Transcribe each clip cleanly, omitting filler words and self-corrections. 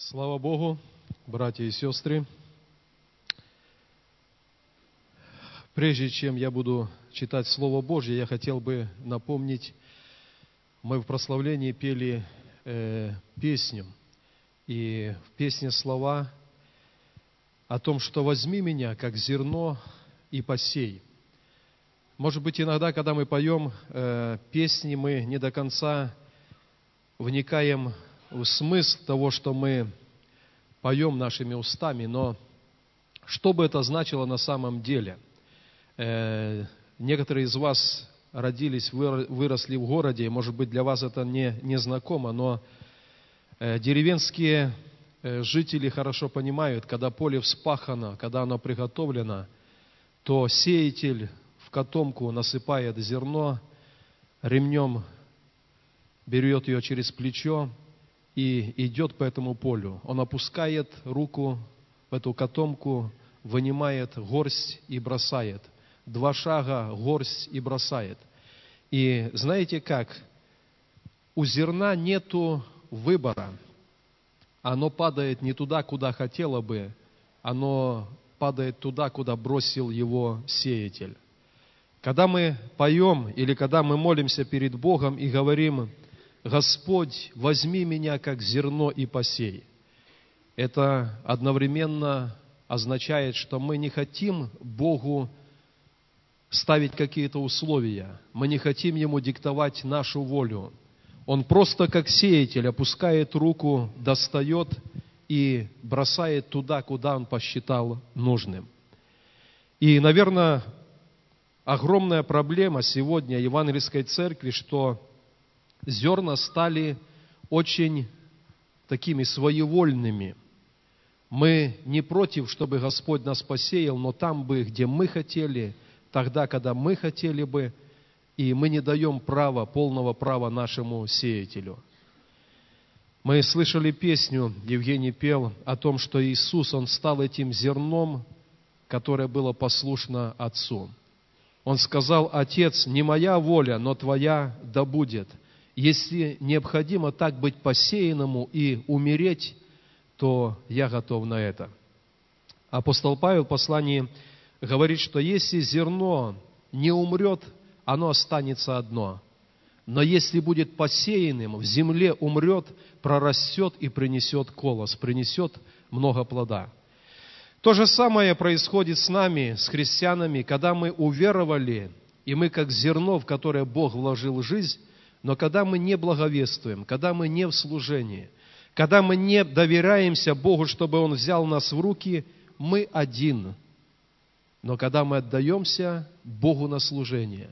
Слава Богу, братья и сестры. Прежде чем я буду читать Слово Божье, я хотел бы напомнить, мы в прославлении пели песню, и в песне слова о том, что «возьми меня, как зерно, и посей». Может быть, иногда, когда мы поем песни, мы не до конца вникаем в смысл того, что мы поем нашими устами, но что бы это значило на самом деле? Некоторые из вас родились, выросли в городе, может быть, для вас это не знакомо, но деревенские жители хорошо понимают, когда поле вспахано, когда оно приготовлено, то сеятель в котомку насыпает зерно, ремнем берет ее через плечо и идет по этому полю. Он опускает руку в эту котомку, вынимает горсть и бросает. 2 шага, горсть и бросает. И знаете как? У зерна нету выбора. Оно падает не туда, куда хотело бы, оно падает туда, куда бросил его сеятель. Когда мы поем или когда мы молимся перед Богом и говорим: «Господь, возьми меня, как зерно, и посей», это одновременно означает, что мы не хотим Богу ставить какие-то условия, мы не хотим Ему диктовать нашу волю. Он просто как сеятель опускает руку, достает и бросает туда, куда Он посчитал нужным. И, наверное, огромная проблема сегодня Евангельской Церкви, что зерна стали очень такими своевольными. Мы не против, чтобы Господь нас посеял, но там бы, где мы хотели, тогда, когда мы хотели бы, и мы не даем права, полного права нашему сеятелю. Мы слышали песню, Евгений пел о том, что Иисус, Он стал этим зерном, которое было послушно Отцу. Он сказал: «Отец, не моя воля, но Твоя да будет». Если необходимо так быть посеянному и умереть, то я готов на это. Апостол Павел в послании говорит, что если зерно не умрет, оно останется одно. Но если будет посеянным, в земле умрет, прорастет и принесет колос, принесет много плода. То же самое происходит с нами, с христианами, когда мы уверовали, и мы как зерно, в которое Бог вложил жизнь, но когда мы не благовествуем, когда мы не в служении, когда мы не доверяемся Богу, чтобы Он взял нас в руки, мы один. Но когда мы отдаемся Богу на служение,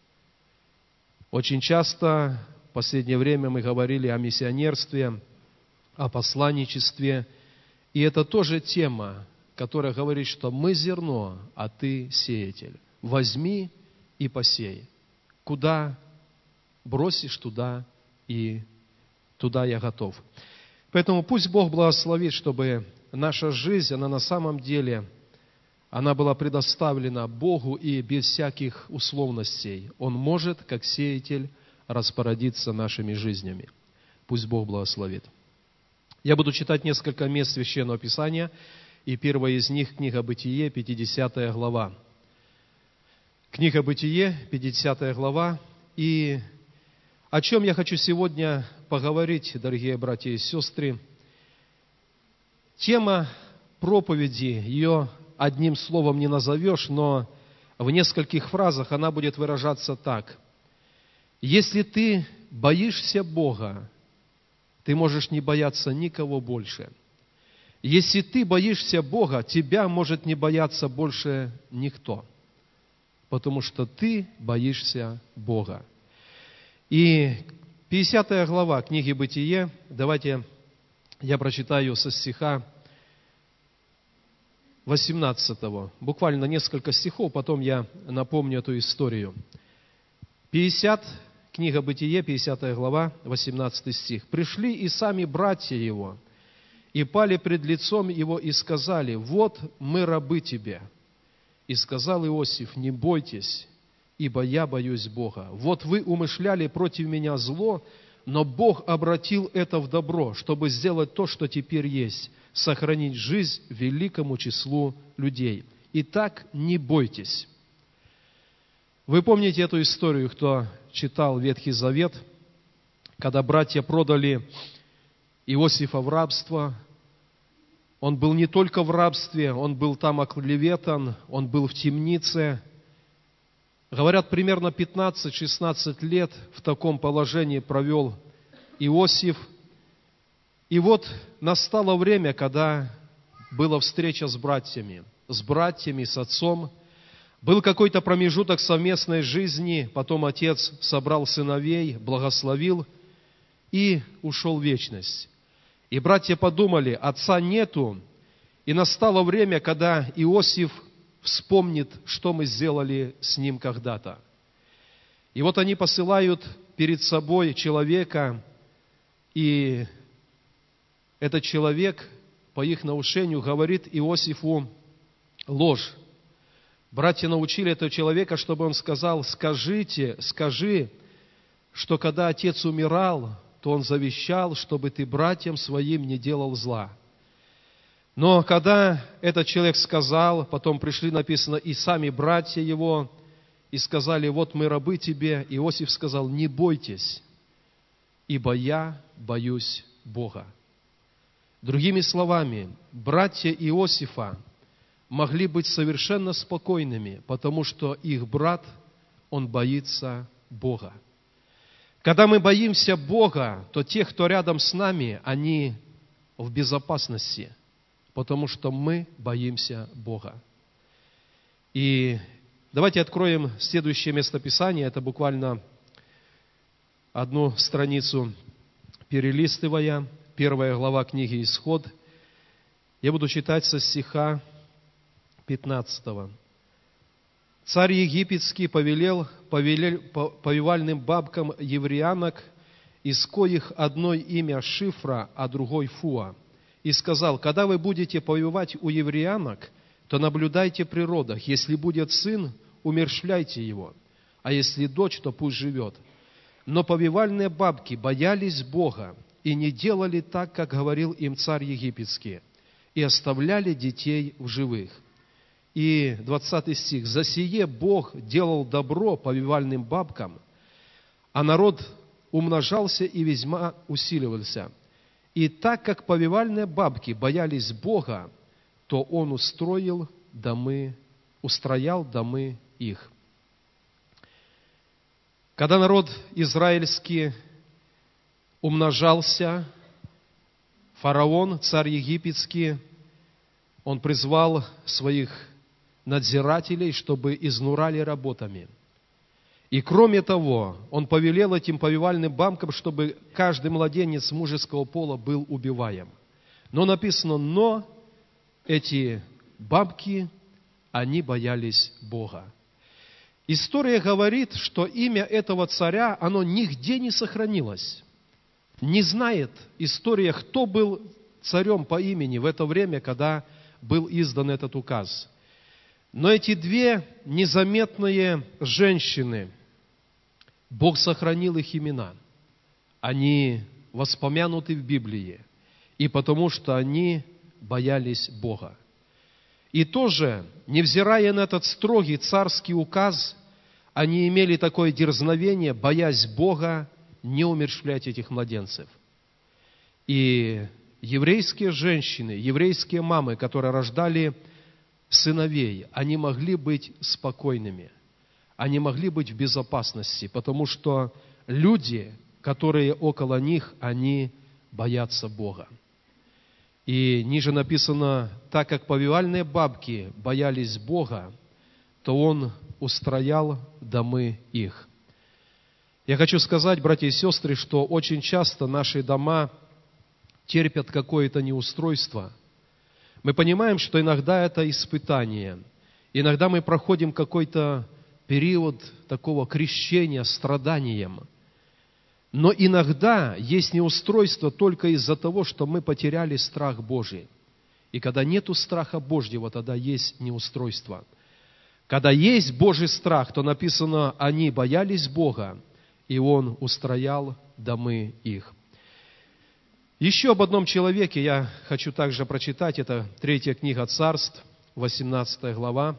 очень часто в последнее время мы говорили о миссионерстве, о посланничестве, и это тоже тема, которая говорит, что мы зерно, а ты сеятель. Возьми и посей. Куда бросишь, туда и туда я готов. Поэтому пусть Бог благословит, чтобы наша жизнь, она на самом деле, она была предоставлена Богу и без всяких условностей. Он может, как сеятель, распорядиться нашими жизнями. Пусть Бог благословит. Я буду читать несколько мест Священного Писания, и первое из них — книга Бытие, 50 глава. Книга Бытие, 50 глава, и о чем я хочу сегодня поговорить, дорогие братья и сестры? Тема проповеди, ее одним словом не назовешь, но в нескольких фразах она будет выражаться так. Если ты боишься Бога, ты можешь не бояться никого больше. Если ты боишься Бога, тебя может не бояться больше никто, потому что ты боишься Бога. И 50 глава книги Бытие, давайте я прочитаю со стиха 18, буквально несколько стихов, потом я напомню эту историю. Книга Бытие, 50 глава, 18 стих. «Пришли и сами братья его, и пали пред лицом его, и сказали: вот мы рабы тебе. И сказал Иосиф: не бойтесь, ибо я боюсь Бога. Вот вы умышляли против меня зло, но Бог обратил это в добро, чтобы сделать то, что теперь есть, сохранить жизнь великому числу людей. Итак, не бойтесь». Вы помните эту историю, кто читал Ветхий Завет, когда братья продали Иосифа в рабство. Он был не только в рабстве, он был там оклеветан, он был в темнице. Говорят, примерно 15-16 лет в таком положении провел Иосиф. И вот настало время, когда была встреча с братьями, с отцом. Был какой-то промежуток совместной жизни, потом отец собрал сыновей, благословил и ушел в вечность. И братья подумали, отца нету, и настало время, когда Иосиф вспомнит, что мы сделали с ним когда-то. И вот они посылают перед собой человека, и этот человек, по их наушению, говорит Иосифу ложь. Братья научили этого человека, чтобы он сказал: скажи, что когда отец умирал, то он завещал, чтобы ты братьям своим не делал зла. Но когда этот человек сказал, потом пришли, написано, и сами братья его, и сказали: вот мы рабы тебе. Иосиф сказал: не бойтесь, ибо я боюсь Бога. Другими словами, братья Иосифа могли быть совершенно спокойными, потому что их брат, он боится Бога. Когда мы боимся Бога, то те, кто рядом с нами, они в безопасности, потому что мы боимся Бога. И давайте откроем следующее местописание, это буквально одну страницу перелистывая, 1 глава книги Исход. Я буду читать со стиха 15. «Царь египетский повелел повивальным бабкам евреянок, из коих одной имя Шифра, а другой Фуа, и сказал: когда вы будете повивать у евреянок, то наблюдайте при родах. Если будет сын, умерщвляйте его, а если дочь, то пусть живет. Но повивальные бабки боялись Бога и не делали так, как говорил им царь египетский, и оставляли детей в живых». И 20 стих. «За сие Бог делал добро повивальным бабкам, а народ умножался и весьма усиливался. И так как повивальные бабки боялись Бога, то Он устроял домы их». Когда народ израильский умножался, фараон, царь египетский, он призвал своих надзирателей, чтобы изнурали работами. И кроме того, он повелел этим повивальным бабкам, чтобы каждый младенец мужеского пола был убиваем. Но написано: но эти бабки, они боялись Бога. История говорит, что имя этого царя, оно нигде не сохранилось. Не знает история, кто был царем по имени в это время, когда был издан этот указ. Но эти две незаметные женщины, Бог сохранил их имена. Они воспомянуты в Библии, и потому что они боялись Бога. И тоже, невзирая на этот строгий царский указ, они имели такое дерзновение, боясь Бога, не умерщвлять этих младенцев. И еврейские женщины, еврейские мамы, которые рождали сыновей, они могли быть спокойными, они могли быть в безопасности, потому что люди, которые около них, они боятся Бога. И ниже написано: так как повивальные бабки боялись Бога, то Он устроял домы их. Я хочу сказать, братья и сестры, что очень часто наши дома терпят какое-то неустройство. Мы понимаем, что иногда это испытание. Иногда мы проходим какой-то период такого крещения страданием. Но иногда есть неустройство только из-за того, что мы потеряли страх Божий. И когда нету страха Божьего, тогда есть неустройство. Когда есть Божий страх, то написано: они боялись Бога и он устроял домы их». Еще об одном человеке я хочу также прочитать. Это 3 книга Царств, 18 глава,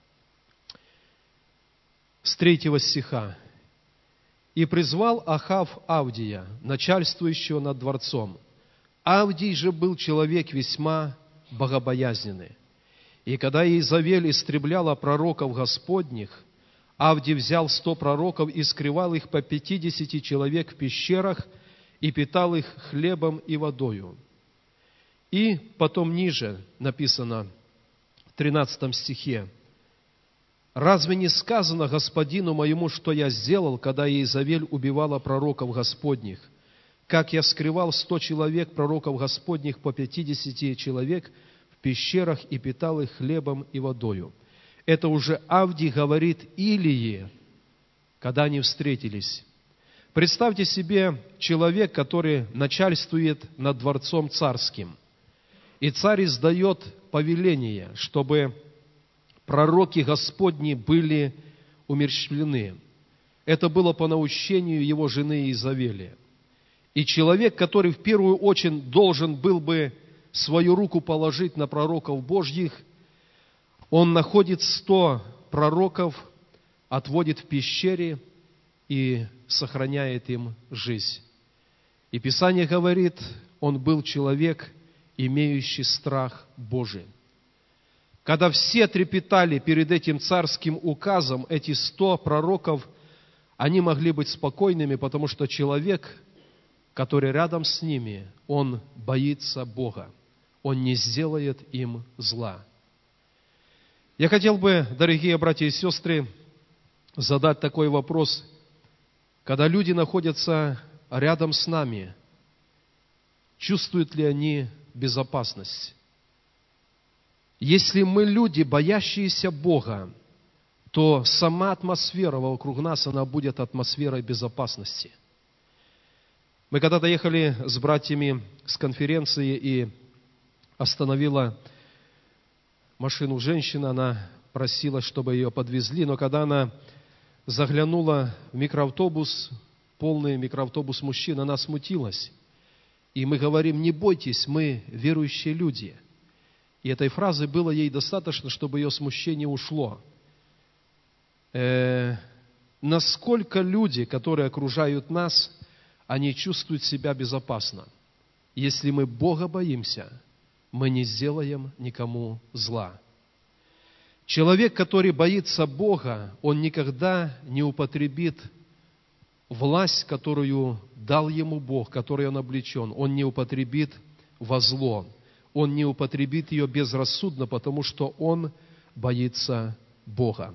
с 3 стиха. «И призвал Ахав Авдия, начальствующего над дворцом. Авдий же был человек весьма богобоязненный. И когда Иезавель истребляла пророков Господних, Авдий взял 100 пророков и скрывал их по 50 человек в пещерах и питал их хлебом и водою». И потом ниже написано, в 13 стихе, «Разве не сказано господину моему, что я сделал, когда Иезавель убивала пророков Господних? Как я скрывал 100 человек, пророков Господних, по 50 человек в пещерах и питал их хлебом и водою». Это уже Авдий говорит Илии, когда они встретились. Представьте себе человек, который начальствует над дворцом царским. И царь издает повеление, чтобы пророки Господни были умерщвлены. Это было по наущению его жены Иезавели. И человек, который в первую очередь должен был бы свою руку положить на пророков Божьих, он находит 100 пророков, отводит в пещере и сохраняет им жизнь. И Писание говорит, он был человек, имеющий страх Божий. Когда все трепетали перед этим царским указом, эти 100 пророков, они могли быть спокойными, потому что человек, который рядом с ними, он боится Бога. Он не сделает им зла. Я хотел бы, дорогие братья и сестры, задать такой вопрос. Когда люди находятся рядом с нами, чувствуют ли они безопасность? Если мы люди, боящиеся Бога, то сама атмосфера вокруг нас, она будет атмосферой безопасности. Мы когда-то ехали с братьями с конференции, и остановила машину женщина, она просила, чтобы ее подвезли, но когда она заглянула в микроавтобус, полный микроавтобус мужчин, она смутилась. И мы говорим, не бойтесь, мы верующие люди. И этой фразы было ей достаточно, чтобы ее смущение ушло. Насколько люди, которые окружают нас, они чувствуют себя безопасно. Если мы Бога боимся, мы не сделаем никому зла. Человек, который боится Бога, он никогда не употребит власть, которую дал ему Бог, которой он облечен. Он не употребит во зло. Он не употребит ее безрассудно, потому что он боится Бога.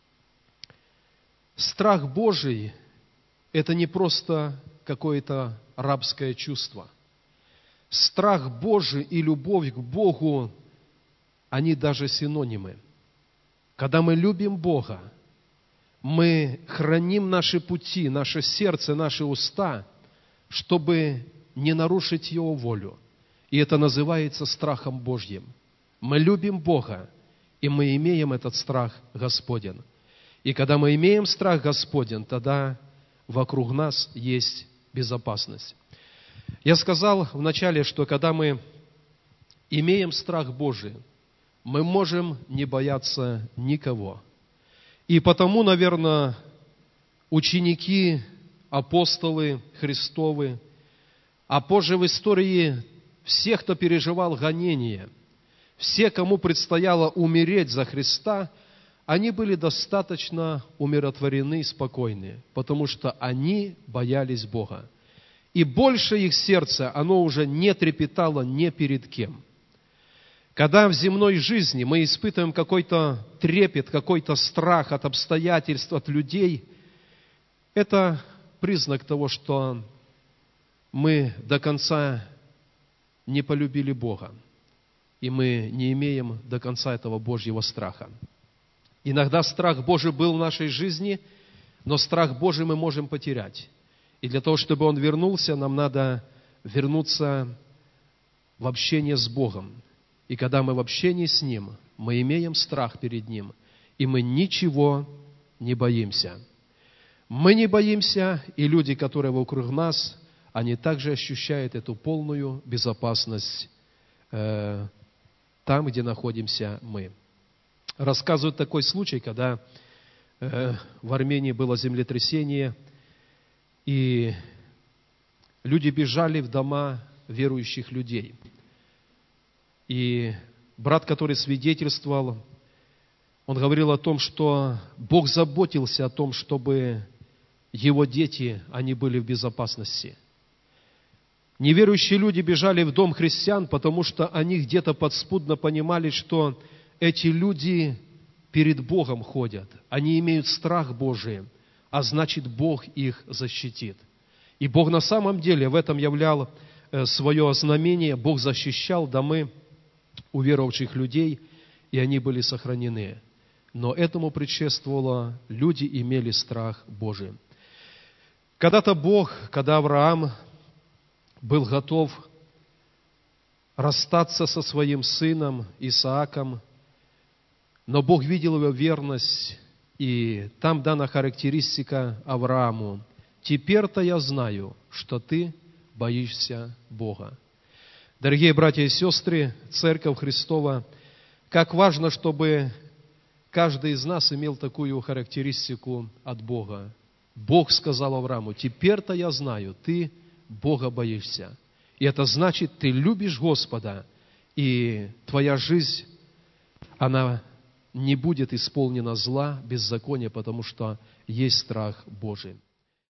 Страх Божий – это не просто какое-то рабское чувство. Страх Божий и любовь к Богу, они даже синонимы. Когда мы любим Бога, мы храним наши пути, наше сердце, наши уста, чтобы не нарушить Его волю. И это называется страхом Божьим. Мы любим Бога, и мы имеем этот страх Господен. И когда мы имеем страх Господен, тогда вокруг нас есть безопасность. Я сказал вначале, что когда мы имеем страх Божий, мы можем не бояться никого. И потому, наверное, ученики, апостолы Христовы, а позже в истории всех, кто переживал гонения, все, кому предстояло умереть за Христа, они были достаточно умиротворены и спокойны, потому что они боялись Бога. И больше их сердце, оно уже не трепетало ни перед кем. Когда в земной жизни мы испытываем какой-то трепет, какой-то страх от обстоятельств, от людей, это признак того, что мы до конца не полюбили Бога, и мы не имеем до конца этого Божьего страха. Иногда страх Божий был в нашей жизни, но страх Божий мы можем потерять. И для того, чтобы он вернулся, нам надо вернуться в общение с Богом. И когда мы в общении с Ним, мы имеем страх перед Ним, и мы ничего не боимся. Мы не боимся, и люди, которые вокруг нас, они также ощущают эту полную безопасность там, где находимся мы. Рассказывают такой случай, когда в Армении было землетрясение, и люди бежали в дома верующих людей. И брат, который свидетельствовал, он говорил о том, что Бог заботился о том, чтобы его дети, они были в безопасности. Неверующие люди бежали в дом христиан, потому что они где-то подспудно понимали, что эти люди перед Богом ходят. Они имеют страх Божий, а значит, Бог их защитит. И Бог на самом деле в этом являл свое знамение. Бог защищал домы уверовавших людей, и они были сохранены. Но этому предшествовало, люди имели страх Божий. Когда-то Бог, когда Авраам был готов расстаться со своим сыном Исааком, но Бог видел его верность, и там дана характеристика Аврааму: «Теперь-то я знаю, что ты боишься Бога». Дорогие братья и сестры, Церковь Христова, как важно, чтобы каждый из нас имел такую характеристику от Бога. Бог сказал Аврааму: «Теперь-то я знаю, ты Бога боишься». И это значит, ты любишь Господа, и твоя жизнь, она не будет исполнена зла, беззакония, потому что есть страх Божий.